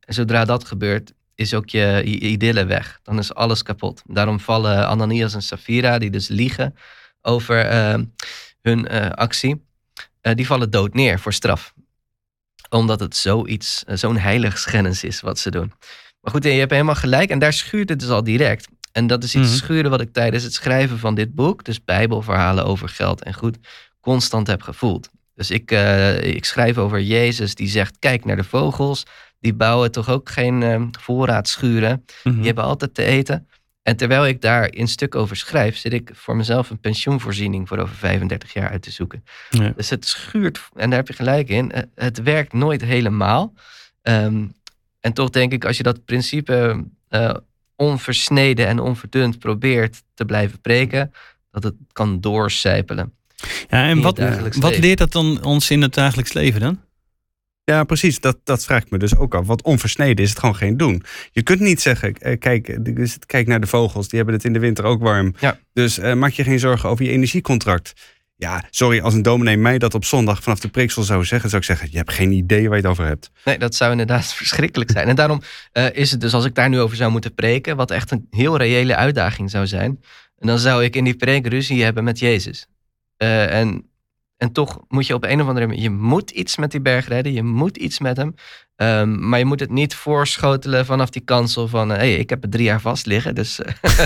Speaker 3: En zodra dat gebeurt, is ook je idylle weg. Dan is alles kapot. Daarom vallen Ananias en Safira, die dus liegen over uh, hun uh, actie, uh, die vallen dood neer voor straf. Omdat het zoiets, uh, zo'n heiligschennis is wat ze doen. Maar goed, je hebt helemaal gelijk. En daar schuurt het dus al direct. En dat is iets mm-hmm. schuren wat ik tijdens het schrijven van dit boek, dus Bijbelverhalen over geld en goed, constant heb gevoeld. Dus ik, uh, ik schrijf over Jezus die zegt, kijk naar de vogels. Die bouwen toch ook geen uh, voorraadschuren. Mm-hmm. Die hebben altijd te eten. En terwijl ik daar in stuk over schrijf, zit ik voor mezelf een pensioenvoorziening voor over vijfendertig jaar uit te zoeken. Ja. Dus het schuurt, en daar heb je gelijk in, het werkt nooit helemaal. Um, en toch denk ik, als je dat principe uh, onversneden en onverdund probeert te blijven preken, dat het kan doorcijpelen.
Speaker 2: Ja, en wat, wat leert dat dan ons in het dagelijks leven dan?
Speaker 4: Ja, precies. Dat, dat vraag ik me dus ook af. Wat onversneden is het gewoon geen doen. Je kunt niet zeggen, kijk, kijk naar de vogels. Die hebben het in de winter ook warm. Ja. Dus uh, maak je geen zorgen over je energiecontract. Ja, sorry, als een dominee mij dat op zondag vanaf de preeksel zou zeggen, zou ik zeggen, je hebt geen idee waar je het over hebt.
Speaker 3: Nee, dat zou inderdaad verschrikkelijk zijn. En daarom uh, is het dus, als ik daar nu over zou moeten preken, wat echt een heel reële uitdaging zou zijn, en dan zou ik in die preek ruzie hebben met Jezus. Uh, en En toch moet je op een of andere manier, je moet iets met die berg redden, je moet iets met hem. Um, maar je moet het niet voorschotelen vanaf die kansel van, hé, hey, ik heb het drie jaar vast liggen. Dus,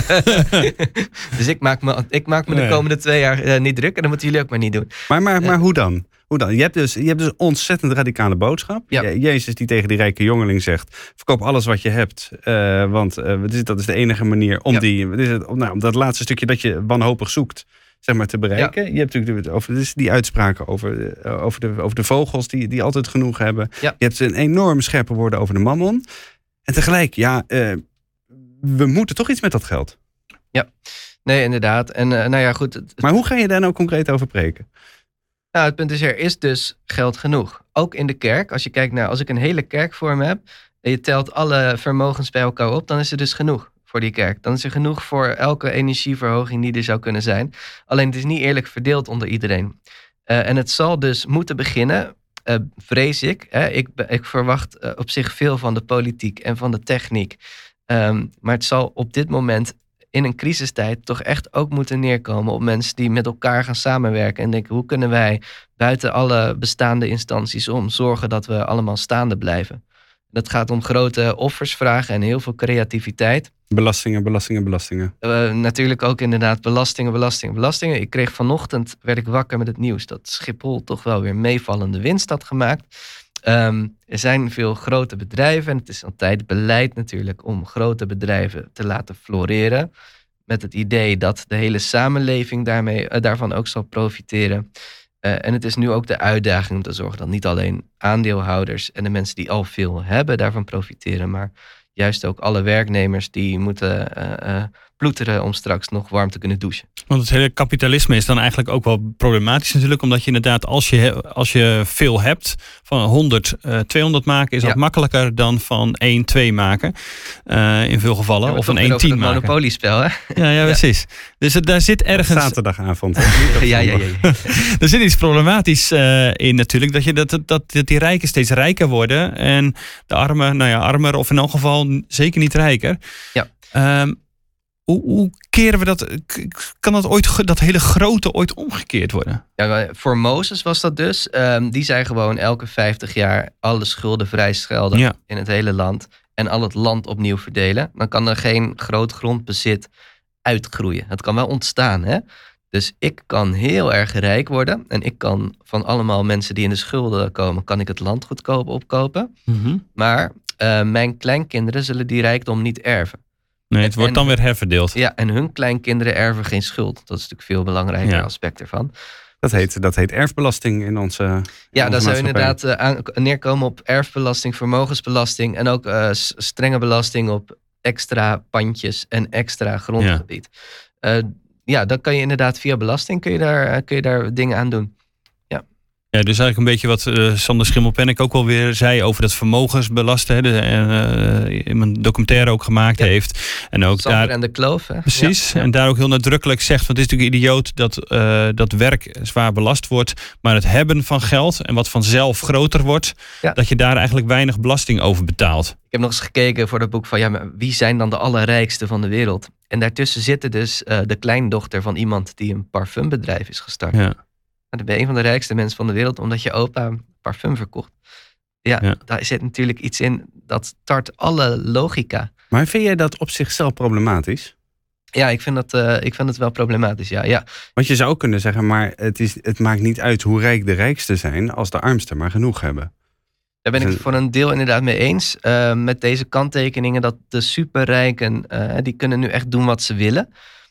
Speaker 3: dus ik maak me, ik maak me nee. de komende twee jaar uh, niet druk en dat moeten jullie ook maar niet doen.
Speaker 4: Maar, maar, maar uh, hoe dan? Hoe dan? Je hebt dus, je hebt dus een ontzettend radicale boodschap. Ja. Jezus die tegen die rijke jongeling zegt, verkoop alles wat je hebt. Uh, want uh, dat is de enige manier om, ja. die, is het, om, nou, om dat laatste stukje dat je wanhopig zoekt, zeg maar, te bereiken. Ja. Je hebt natuurlijk over dus die uitspraken over, uh, over, de, over de vogels die, die altijd genoeg hebben. Ja. Je hebt een enorm scherpe woorden over de mammon. En tegelijk, ja, uh, we moeten toch iets met dat geld.
Speaker 3: Ja, nee, inderdaad. En uh, nou ja, goed. Het,
Speaker 4: maar hoe ga je daar nou concreet over preken?
Speaker 3: Nou, het punt is, er is dus geld genoeg. Ook in de kerk. Als je kijkt naar, als ik een hele kerk voor me heb en je telt alle vermogens bij elkaar op, dan is er dus genoeg voor die kerk. Dan is er genoeg voor elke energieverhoging die er zou kunnen zijn. Alleen het is niet eerlijk verdeeld onder iedereen. Uh, en het zal dus moeten beginnen, uh, vrees ik. Hè, ik, ik verwacht uh, op zich veel van de politiek en van de techniek. Um, maar het zal op dit moment in een crisistijd toch echt ook moeten neerkomen op mensen die met elkaar gaan samenwerken en denken, hoe kunnen wij buiten alle bestaande instanties om zorgen dat we allemaal staande blijven. Dat gaat om grote offers vragen en heel veel creativiteit.
Speaker 4: Belastingen, belastingen, belastingen.
Speaker 3: Uh, natuurlijk ook inderdaad belastingen, belastingen, belastingen. Ik kreeg vanochtend, werd ik wakker met het nieuws dat Schiphol toch wel weer meevallende winst had gemaakt. Um, er zijn veel grote bedrijven en het is altijd beleid natuurlijk om grote bedrijven te laten floreren. Met het idee dat de hele samenleving daarmee, uh, daarvan ook zal profiteren. Uh, en het is nu ook de uitdaging om te zorgen dat niet alleen aandeelhouders en de mensen die al veel hebben daarvan profiteren, maar juist ook alle werknemers die moeten uh, uh, ploeteren om straks nog warm te kunnen douchen.
Speaker 2: Want het hele kapitalisme is dan eigenlijk ook wel problematisch natuurlijk, omdat je inderdaad als je, als je veel hebt, van honderd, uh, tweehonderd maken is ja. wat makkelijker dan van één, twee maken. Uh, in veel gevallen. Ja, of een één, tien maken.
Speaker 3: Het monopoliespel, hè?
Speaker 2: Ja, ja, precies. Dus het, daar zit ergens...
Speaker 4: Zaterdagavond.
Speaker 3: ja, ja, ja, ja.
Speaker 2: Er zit iets problematisch uh, in natuurlijk, dat, je, dat, dat, dat die rijken steeds rijker worden en de armen, nou ja, armer of in elk geval zeker niet rijker.
Speaker 3: Ja.
Speaker 2: Um, Hoe, hoe keren we dat? Kan dat ooit, dat hele grote ooit omgekeerd worden?
Speaker 3: Ja, voor Mozes was dat dus. Um, die zei gewoon elke vijftig jaar alle schulden vrijschelden ja. in het hele land. En al het land opnieuw verdelen. Dan kan er geen groot grondbezit uitgroeien. Het kan wel ontstaan, hè? Dus ik kan heel erg rijk worden. En ik kan van allemaal mensen die in de schulden komen, kan ik het land goedkoop opkopen. Mm-hmm. Maar uh, mijn kleinkinderen zullen die rijkdom niet erven.
Speaker 2: Nee, het wordt en, dan weer herverdeeld.
Speaker 3: Ja, en hun kleinkinderen erven geen schuld. Dat is natuurlijk een veel belangrijker ja. aspect ervan.
Speaker 4: Dat heet, dat heet erfbelasting in onze in
Speaker 3: Ja,
Speaker 4: onze
Speaker 3: daar zou je inderdaad uh, aan, neerkomen op erfbelasting, vermogensbelasting en ook uh, strenge belasting op extra pandjes en extra grondgebied. Ja, uh, ja dan kan je inderdaad via belasting kun je daar, uh, kun je daar dingen aan doen. Ja.
Speaker 2: Ja, dus eigenlijk een beetje wat uh, Sander Schimmelpenninck ook wel weer zei over dat vermogensbelasten. Hè, de, uh, in mijn documentaire ook gemaakt ja. heeft. En ook
Speaker 3: Sander
Speaker 2: daar,
Speaker 3: en de Kloof. Hè?
Speaker 2: Precies. Ja, ja. En daar ook heel nadrukkelijk zegt, want het is natuurlijk idioot dat, uh, dat werk zwaar belast wordt. Maar het hebben van geld en wat vanzelf groter wordt, ja. dat je daar eigenlijk weinig belasting over betaalt.
Speaker 3: Ik heb nog eens gekeken voor dat boek van ja, maar wie zijn dan de allerrijkste van de wereld? En daartussen zitten dus uh, de kleindochter van iemand die een parfumbedrijf is gestart.
Speaker 2: Ja.
Speaker 3: Dan ben je een van de rijkste mensen van de wereld omdat je opa parfum verkocht. Ja, ja, daar zit natuurlijk iets in dat tart alle logica.
Speaker 4: Maar vind jij dat op zichzelf problematisch?
Speaker 3: Ja, ik vind, dat, uh, ik vind het wel problematisch, ja. ja.
Speaker 4: Want je zou kunnen zeggen, maar het, is, het maakt niet uit hoe rijk de rijksten zijn als de armsten maar genoeg hebben.
Speaker 3: Daar ben ik het voor een deel inderdaad mee eens. Uh, met deze kanttekeningen dat de superrijken, uh, die kunnen nu echt doen wat ze willen.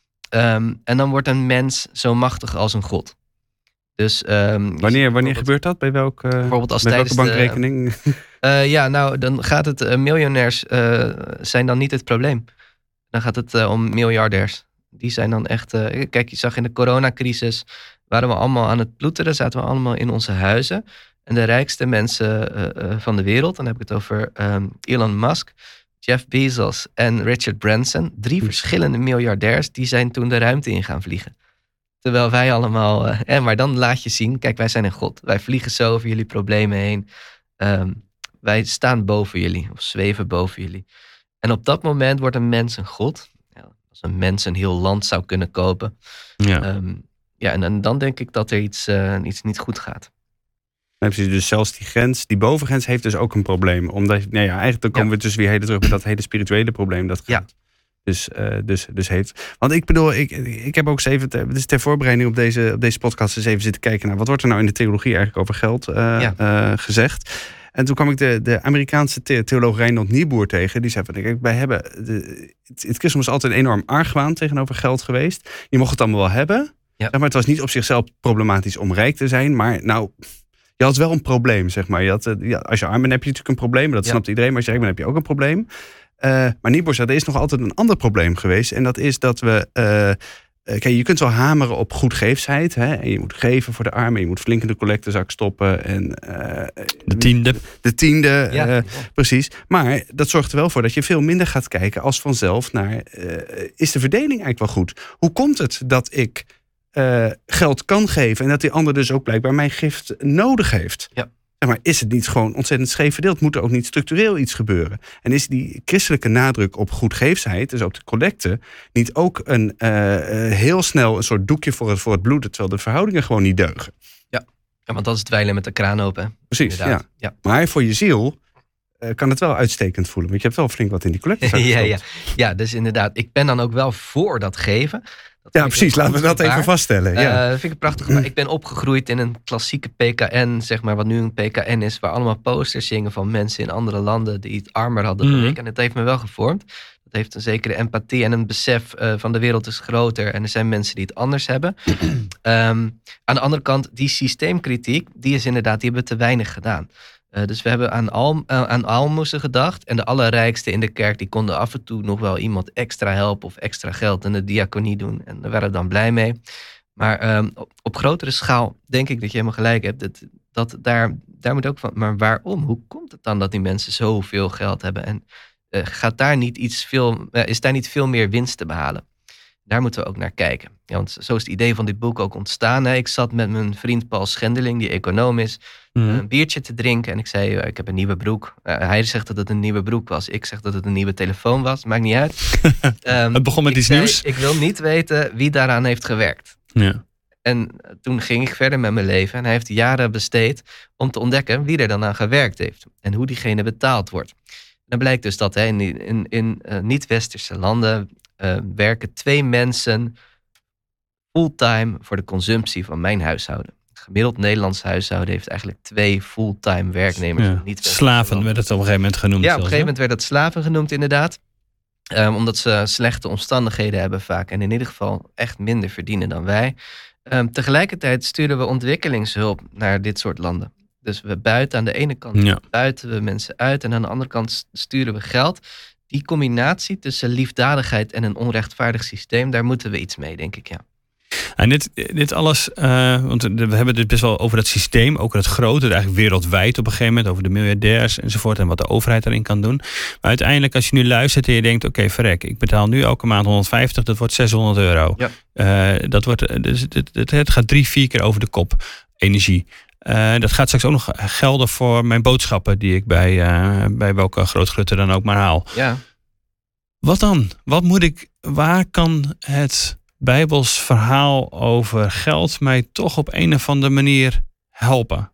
Speaker 3: Um, en dan wordt een mens zo machtig als een god. Dus, um,
Speaker 4: wanneer wanneer gebeurt dat? Bij, welk, uh,
Speaker 3: bijvoorbeeld als
Speaker 4: bij welke bankrekening?
Speaker 3: De, uh, ja, nou, dan gaat het... Uh, miljonairs uh, zijn dan niet het probleem. Dan gaat het uh, om miljardairs. Die zijn dan echt... Uh, kijk, je zag in de coronacrisis... waren we allemaal aan het ploeteren. Zaten we allemaal in onze huizen. En de rijkste mensen uh, uh, van de wereld... dan heb ik het over um, Elon Musk... Jeff Bezos en Richard Branson... drie hm. verschillende miljardairs... die zijn toen de ruimte in gaan vliegen. Terwijl wij allemaal... Uh, eh, maar dan laat je zien... Kijk, wij zijn een god. Wij vliegen zo over jullie problemen heen. Um, wij staan boven jullie. Of zweven boven jullie. En op dat moment wordt een mens een god. Ja, als een mens een heel land zou kunnen kopen.
Speaker 2: Ja,
Speaker 3: um, ja en, en dan denk ik dat er iets, uh, iets niet goed gaat.
Speaker 4: Nee, precies. Dus zelfs die grens, die bovengrens heeft dus ook een probleem. Omdat, nou ja, eigenlijk dan komen ja. we dus weer hele terug bij dat hele spirituele probleem. Dat gaat.
Speaker 3: Ja.
Speaker 4: Dus, uh, dus, dus heeft. Want ik bedoel, ik, ik heb ook eens even, ter, dus ter voorbereiding op deze, op deze podcast eens even zitten kijken naar wat wordt er nou in de theologie eigenlijk over geld uh, ja. uh, gezegd. En toen kwam ik de, de Amerikaanse the- theoloog Reinhold Niebuhr tegen. Die zei van, kijk, wij hebben, de, het, het christendom is altijd een enorm argwaan tegenover geld geweest. Je mocht het allemaal wel hebben. Ja. Maar het was niet op zichzelf problematisch om rijk te zijn. Maar nou, je had wel een probleem, zeg maar. Je had, ja, als je arm bent heb je natuurlijk een probleem. Dat ja. snapt iedereen. Maar als je rijk bent heb je ook een probleem. Uh, maar Niebuhr zei, er is nog altijd een ander probleem geweest. En dat is dat we... Uh, Kijk, je kunt wel hameren op goedgeefsheid. Hè? En je moet geven voor de armen. Je moet flink in de collectezak stoppen. En, uh,
Speaker 2: de tiende.
Speaker 4: De tiende,
Speaker 3: ja,
Speaker 4: uh,
Speaker 3: ja.
Speaker 4: precies. Maar dat zorgt er wel voor dat je veel minder gaat kijken als vanzelf naar... Uh, is de verdeling eigenlijk wel goed? Hoe komt het dat ik uh, geld kan geven... en dat die ander dus ook blijkbaar mijn gift nodig heeft?
Speaker 3: Ja.
Speaker 4: Maar is het niet gewoon ontzettend scheef verdeeld? Moet er ook niet structureel iets gebeuren? En is die christelijke nadruk op goedgeefsheid, dus op de collecte, niet ook een uh, heel snel een soort doekje voor het, voor het bloeden, terwijl de verhoudingen gewoon niet deugen?
Speaker 3: Ja, ja want dat is het dweilen met de kraan open.
Speaker 4: Precies, ja. ja. Maar voor je ziel uh, kan het wel uitstekend voelen. Want je hebt wel flink wat in die collecte gestopt.
Speaker 3: ja, ja. ja, dus inderdaad. Ik ben dan ook wel voor dat geven. Dat
Speaker 4: ja, precies. Laten we dat gebaar. even vaststellen. Ja.
Speaker 3: Uh, dat vind ik prachtig. Maar ik ben opgegroeid in een klassieke P K N, zeg maar, wat nu een P K N is, waar allemaal posters zingen van mensen in andere landen die het armer hadden dan mm. ik. En het heeft me wel gevormd. Dat heeft een zekere empathie en een besef uh, van de wereld is groter en er zijn mensen die het anders hebben. um, aan de andere kant, die systeemkritiek, die is inderdaad, die hebben we te weinig gedaan. Uh, dus we hebben aan, alm, uh, aan aalmoezen gedacht. En de allerrijksten in de kerk, die konden af en toe nog wel iemand extra helpen of extra geld in de diaconie doen. En daar waren we dan blij mee. Maar um, op, op grotere schaal denk ik dat je helemaal gelijk hebt. Dat, dat daar, daar moet ook van. Maar waarom? Hoe komt het dan dat die mensen zoveel geld hebben? En uh, gaat daar niet iets veel, uh, is daar niet veel meer winst te behalen? Daar moeten we ook naar kijken. Ja, want zo is het idee van dit boek ook ontstaan. Hè. Ik zat met mijn vriend Paul Schendeling, die econoom is, mm. een biertje te drinken. En ik zei, ik heb een nieuwe broek. Uh, hij zegt dat het een nieuwe broek was. Ik zeg dat het een nieuwe telefoon was. Maakt niet uit. um,
Speaker 2: het begon met iets
Speaker 3: zei,
Speaker 2: nieuws.
Speaker 3: Ik wil niet weten wie daaraan heeft gewerkt.
Speaker 2: Ja.
Speaker 3: En toen ging ik verder met mijn leven. En hij heeft jaren besteed om te ontdekken wie er dan aan gewerkt heeft. En hoe diegene betaald wordt. En dan blijkt dus dat hè, in, in, in uh, niet-westerse landen uh, werken twee mensen fulltime voor de consumptie van mijn huishouden. Het gemiddeld Nederlands huishouden heeft eigenlijk twee fulltime werknemers.
Speaker 2: Ja. Niet slaven werd het op een gegeven moment genoemd.
Speaker 3: Ja, op
Speaker 2: zelfs,
Speaker 3: een gegeven moment werd het slaven genoemd inderdaad. Um, omdat ze slechte omstandigheden hebben vaak. En in ieder geval echt minder verdienen dan wij. Um, tegelijkertijd sturen we ontwikkelingshulp naar dit soort landen. Dus we buiten aan de ene kant ja. buiten we mensen uit. En aan de andere kant sturen we geld. Die combinatie tussen liefdadigheid en een onrechtvaardig systeem. Daar moeten we iets mee, denk ik, ja.
Speaker 2: En dit, dit alles, uh, want we hebben het best wel over dat systeem, ook het grote, eigenlijk wereldwijd op een gegeven moment, over de miljardairs enzovoort en wat de overheid daarin kan doen. Maar uiteindelijk als je nu luistert en je denkt, oké, okay, verrek, ik betaal nu elke maand honderdvijftig, dat wordt zeshonderd euro.
Speaker 3: Ja.
Speaker 2: Uh, dat wordt, dus het, het, het gaat drie, vier keer over de kop, energie. Uh, dat gaat straks ook nog gelden voor mijn boodschappen die ik bij, uh, bij welke grootgrutter dan ook maar haal.
Speaker 3: Ja.
Speaker 2: Wat dan? Wat moet ik, waar kan het Bijbels verhaal over geld mij toch op een of andere manier helpen?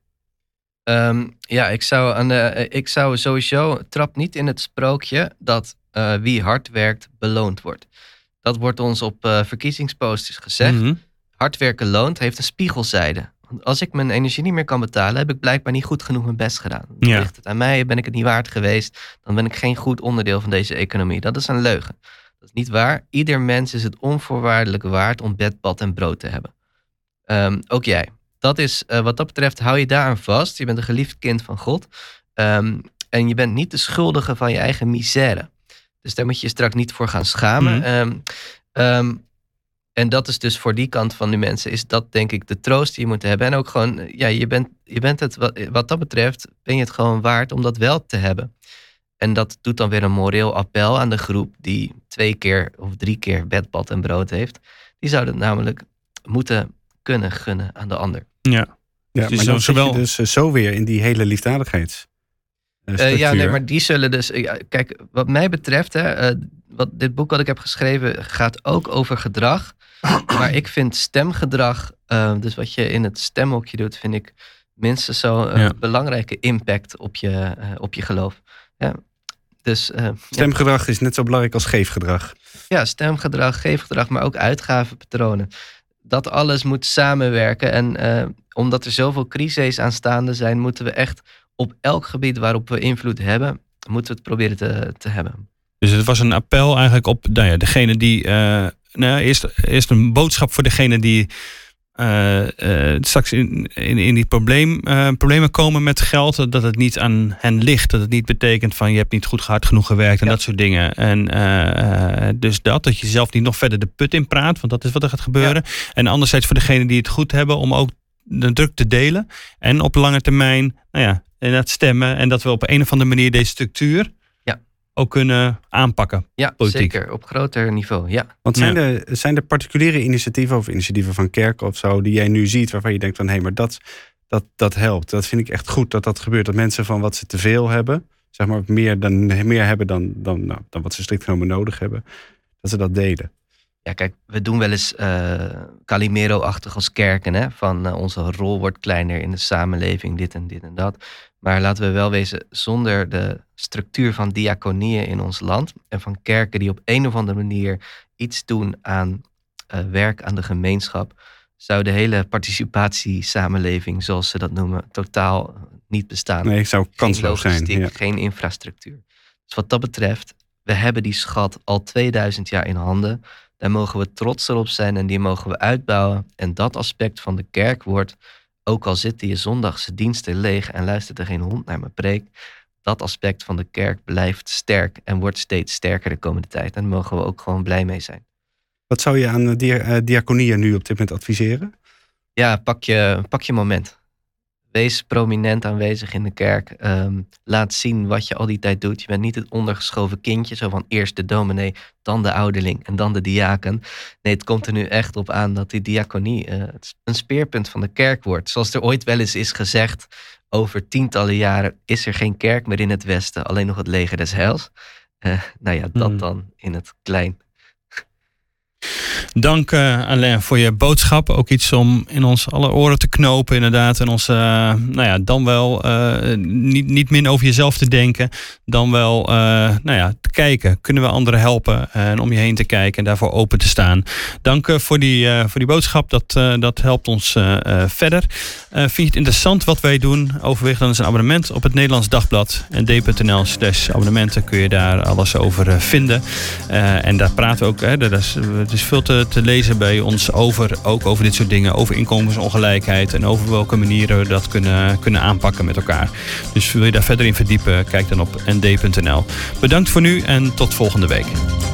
Speaker 3: Um, ja, ik zou, aan de, ik zou sowieso, trap niet in het sprookje dat uh, wie hard werkt beloond wordt. Dat wordt ons op uh, verkiezingsposters gezegd.
Speaker 2: Mm-hmm.
Speaker 3: Hard werken loont, heeft een spiegelzijde. Als ik mijn energie niet meer kan betalen, heb ik blijkbaar niet goed genoeg mijn best gedaan. Dan
Speaker 2: Ja.
Speaker 3: ligt het aan mij, ben ik het niet waard geweest, dan ben ik geen goed onderdeel van deze economie. Dat is een leugen. Dat is niet waar. Ieder mens is het onvoorwaardelijk waard om bed, bad en brood te hebben. Um, ook jij. Dat is, uh, wat dat betreft, hou je daaraan vast. Je bent een geliefd kind van God. Um, en je bent niet de schuldige van je eigen misère. Dus daar moet je je straks niet voor gaan schamen.
Speaker 2: Mm-hmm.
Speaker 3: Um, um, en dat is dus voor die kant van die mensen, is dat denk ik de troost die je moet hebben. En ook gewoon, ja, je bent, je bent het, wat, wat dat betreft, ben je het gewoon waard om dat wel te hebben. En dat doet dan weer een moreel appel aan de groep die twee keer of drie keer bed, bad en brood heeft. Die zouden het namelijk moeten kunnen gunnen aan de ander.
Speaker 2: Ja.
Speaker 4: Ja,
Speaker 2: Dus
Speaker 4: maar
Speaker 2: zo-
Speaker 4: dan zit
Speaker 2: zowel-
Speaker 4: je dus uh, zo weer in die hele liefdadigheids. uh,
Speaker 3: Uh, ja,
Speaker 4: structuur.
Speaker 3: nee, maar die zullen dus... ja, kijk, wat mij betreft, hè, uh, wat, dit boek wat ik heb geschreven gaat ook over gedrag. Maar ik vind stemgedrag, uh, dus wat je in het stemhokje doet, vind ik minstens zo'n uh,
Speaker 2: Ja.
Speaker 3: belangrijke impact op je, uh, op je geloof. Ja. Dus uh,
Speaker 4: Stemgedrag is net zo belangrijk als geefgedrag.
Speaker 3: ja, stemgedrag, geefgedrag, maar ook uitgavenpatronen. Dat alles moet samenwerken. En uh, omdat er zoveel crises aanstaande zijn, moeten we echt op elk gebied waarop we invloed hebben, moeten we het proberen te, te hebben.
Speaker 2: Dus het was een appel eigenlijk op nou ja, degene die... Uh, nou, eerst, eerst een boodschap voor degene die uh, uh, straks in, in, in die probleem, uh, problemen komen met geld. Dat het niet aan hen ligt. Dat het niet betekent van je hebt niet goed hard genoeg gewerkt en
Speaker 3: Ja.
Speaker 2: dat soort dingen. En uh, dus dat, dat je zelf niet nog verder de put in praat. Want dat is wat er gaat gebeuren. Ja. En anderzijds voor degene die het goed hebben om ook de druk te delen. En op lange termijn, nou ja, en dat stemmen. En dat we op een of andere manier deze structuur
Speaker 3: Ja.
Speaker 2: ook kunnen aanpakken.
Speaker 3: Ja,
Speaker 2: Politiek.
Speaker 3: zeker. Op groter niveau, ja.
Speaker 4: Want zijn,
Speaker 2: Ja.
Speaker 4: er, zijn er particuliere initiatieven of initiatieven van kerken of zo die jij nu ziet waarvan je denkt van hé, hey, maar dat, dat, dat helpt. Dat vind ik echt goed dat dat gebeurt. Dat mensen van wat ze te veel hebben, zeg maar meer, dan, meer hebben dan, dan, nou, dan wat ze strikt genomen nodig hebben, dat ze dat delen.
Speaker 3: Ja, kijk, we doen wel eens uh, Calimero-achtig als kerken. Hè? Van uh, onze rol wordt kleiner in de samenleving, dit en dit en dat. Maar laten we wel wezen, zonder de structuur van diaconieën in ons land en van kerken die op een of andere manier iets doen aan uh, werk aan de gemeenschap, zou de hele participatiesamenleving, zoals ze dat noemen, totaal niet bestaan.
Speaker 4: Nee, het zou
Speaker 3: Geen
Speaker 4: kansloos zijn.
Speaker 3: logistiek,
Speaker 4: Ja.
Speaker 3: geen infrastructuur. Dus wat dat betreft, we hebben die schat al tweeduizend jaar in handen. Daar mogen we trots op zijn en die mogen we uitbouwen. En dat aspect van de kerk wordt, ook al zitten je zondagse diensten leeg en luistert er geen hond naar mijn preek, dat aspect van de kerk blijft sterk en wordt steeds sterker de komende tijd. En daar mogen we ook gewoon blij mee zijn.
Speaker 4: Wat zou je aan dia- uh, diaconieën nu op dit moment adviseren?
Speaker 3: Ja, pak je, pak je moment. Wees prominent aanwezig in de kerk. Um, laat zien wat je al die tijd doet. Je bent niet het ondergeschoven kindje, zo van eerst de dominee, dan de ouderling en dan de diaken. Nee, het komt er nu echt op aan dat die diaconie uh, een speerpunt van de kerk wordt. Zoals er ooit wel eens is gezegd, over tientallen jaren is er geen kerk meer in het Westen, alleen nog het leger des heils. Uh, nou ja, dat
Speaker 2: Hmm.
Speaker 3: dan in het klein.
Speaker 2: Dank uh, Alain voor je boodschap. Ook iets om in ons alle oren te knopen inderdaad. En ons uh, nou ja, dan wel uh, niet, niet min over jezelf te denken. Dan wel uh, nou ja, te kijken. Kunnen we anderen helpen? Uh, en om je heen te kijken en daarvoor open te staan. Dank uh, voor, die, uh, voor die boodschap. Dat, uh, dat helpt ons uh, uh, verder. Uh, vind je het interessant wat wij doen? Overweeg dan eens een abonnement op het Nederlands Dagblad. En d punt n l slash abonnementen kun je daar alles over uh, vinden. Uh, en daar praten we ook. Hè, er is, het is veel te, te lezen bij ons over, ook over dit soort dingen. Over inkomensongelijkheid en over welke manieren we dat kunnen, kunnen aanpakken met elkaar. Dus wil je daar verder in verdiepen, kijk dan op n d punt n l. Bedankt voor nu en tot volgende week.